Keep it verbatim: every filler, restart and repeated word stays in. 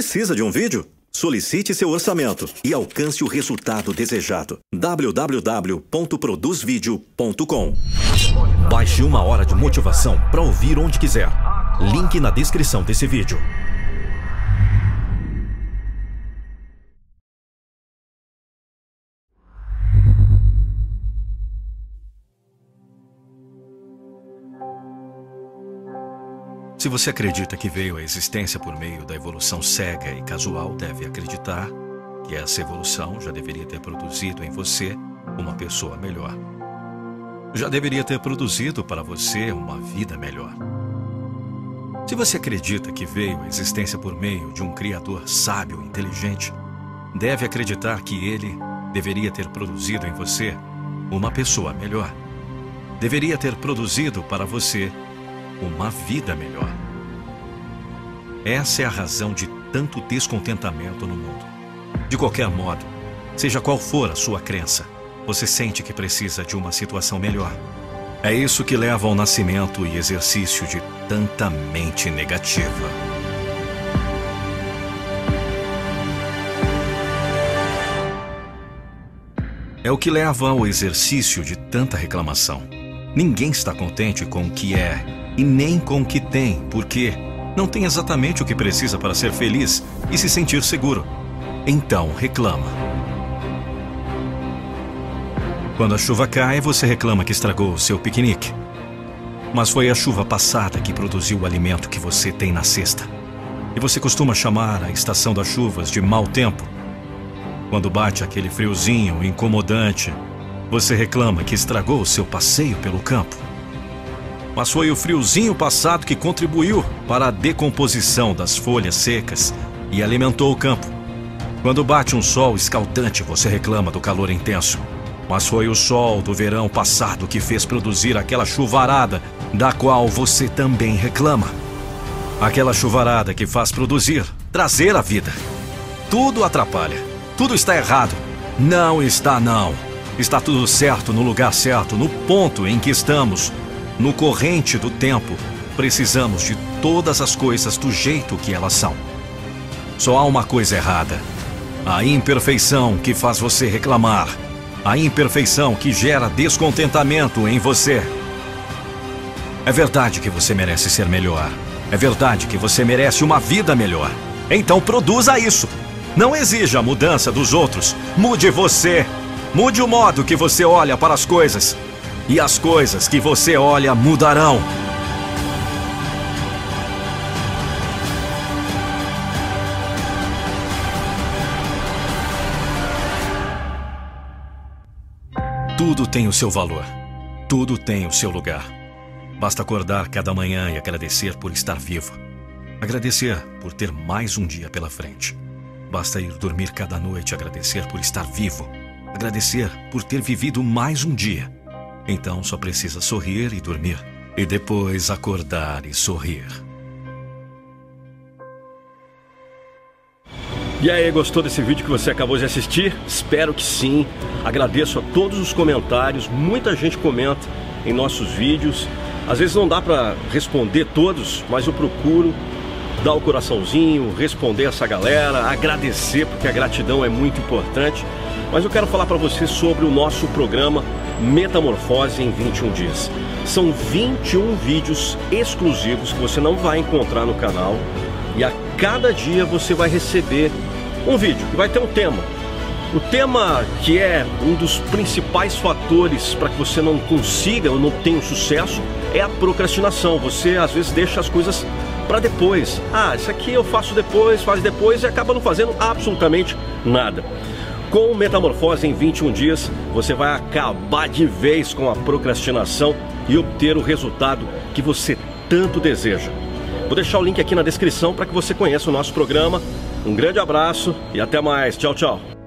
Precisa de um vídeo? Solicite seu orçamento e alcance o resultado desejado. w w w ponto produz vídeo ponto com. Baixe uma hora de motivação para ouvir onde quiser. Link na descrição desse vídeo. Se você acredita que veio à existência por meio da evolução cega e casual, deve acreditar que essa evolução já deveria ter produzido em você uma pessoa melhor. Já deveria ter produzido para você uma vida melhor. Se você acredita que veio à existência por meio de um Criador sábio e inteligente, deve acreditar que ele deveria ter produzido em você uma pessoa melhor. Deveria ter produzido para você uma vida melhor. Essa é a razão de tanto descontentamento no mundo. De qualquer modo, seja qual for a sua crença, você sente que precisa de uma situação melhor. É isso que leva ao nascimento e exercício de tanta mente negativa. É o que leva ao exercício de tanta reclamação. Ninguém está contente com o que é e nem com o que tem, porque não tem exatamente o que precisa para ser feliz e se sentir seguro. Então reclama. Quando a chuva cai, você reclama que estragou o seu piquenique. Mas foi a chuva passada que produziu o alimento que você tem na cesta. E você costuma chamar a estação das chuvas de mau tempo. Quando bate aquele friozinho incomodante, você reclama que estragou o seu passeio pelo campo. Mas foi o friozinho passado que contribuiu para a decomposição das folhas secas e alimentou o campo. Quando bate um sol escaldante, você reclama do calor intenso. Mas foi o sol do verão passado que fez produzir aquela chuvarada, da qual você também reclama. Aquela chuvarada que faz produzir, trazer a vida. Tudo atrapalha. Tudo está errado. Não está, não. Está tudo certo no lugar certo, no ponto em que estamos. No corrente do tempo, precisamos de todas as coisas do jeito que elas são. Só há uma coisa errada: a imperfeição que faz você reclamar. A imperfeição que gera descontentamento em você. É verdade que você merece ser melhor. É verdade que você merece uma vida melhor. Então produza isso. Não exija a mudança dos outros. Mude você. Mude o modo que você olha para as coisas. E as coisas que você olha mudarão. Tudo tem o seu valor. Tudo tem o seu lugar. Basta acordar cada manhã e agradecer por estar vivo. Agradecer por ter mais um dia pela frente. Basta ir dormir cada noite e agradecer por estar vivo. Agradecer por ter vivido mais um dia. Então só precisa sorrir e dormir. E depois acordar e sorrir. E aí, gostou desse vídeo que você acabou de assistir? Espero que sim. Agradeço a todos os comentários. Muita gente comenta em nossos vídeos. Às vezes não dá para responder todos, mas eu procuro dar o coraçãozinho, responder essa galera, agradecer, porque a gratidão é muito importante. Mas eu quero falar para você sobre o nosso programa Metamorfose em vinte e um dias. São vinte e um vídeos exclusivos que você não vai encontrar no canal. E a cada dia você vai receber um vídeo que vai ter um tema. O tema que é um dos principais fatores para que você não consiga ou não tenha um sucesso é a procrastinação. Você às vezes deixa as coisas para depois. Ah, isso aqui eu faço depois, faz depois e acaba não fazendo absolutamente nada. Com o Metamorfose em vinte e um dias, você vai acabar de vez com a procrastinação e obter o resultado que você tanto deseja. Vou deixar o link aqui na descrição para que você conheça o nosso programa. Um grande abraço e até mais. Tchau, tchau.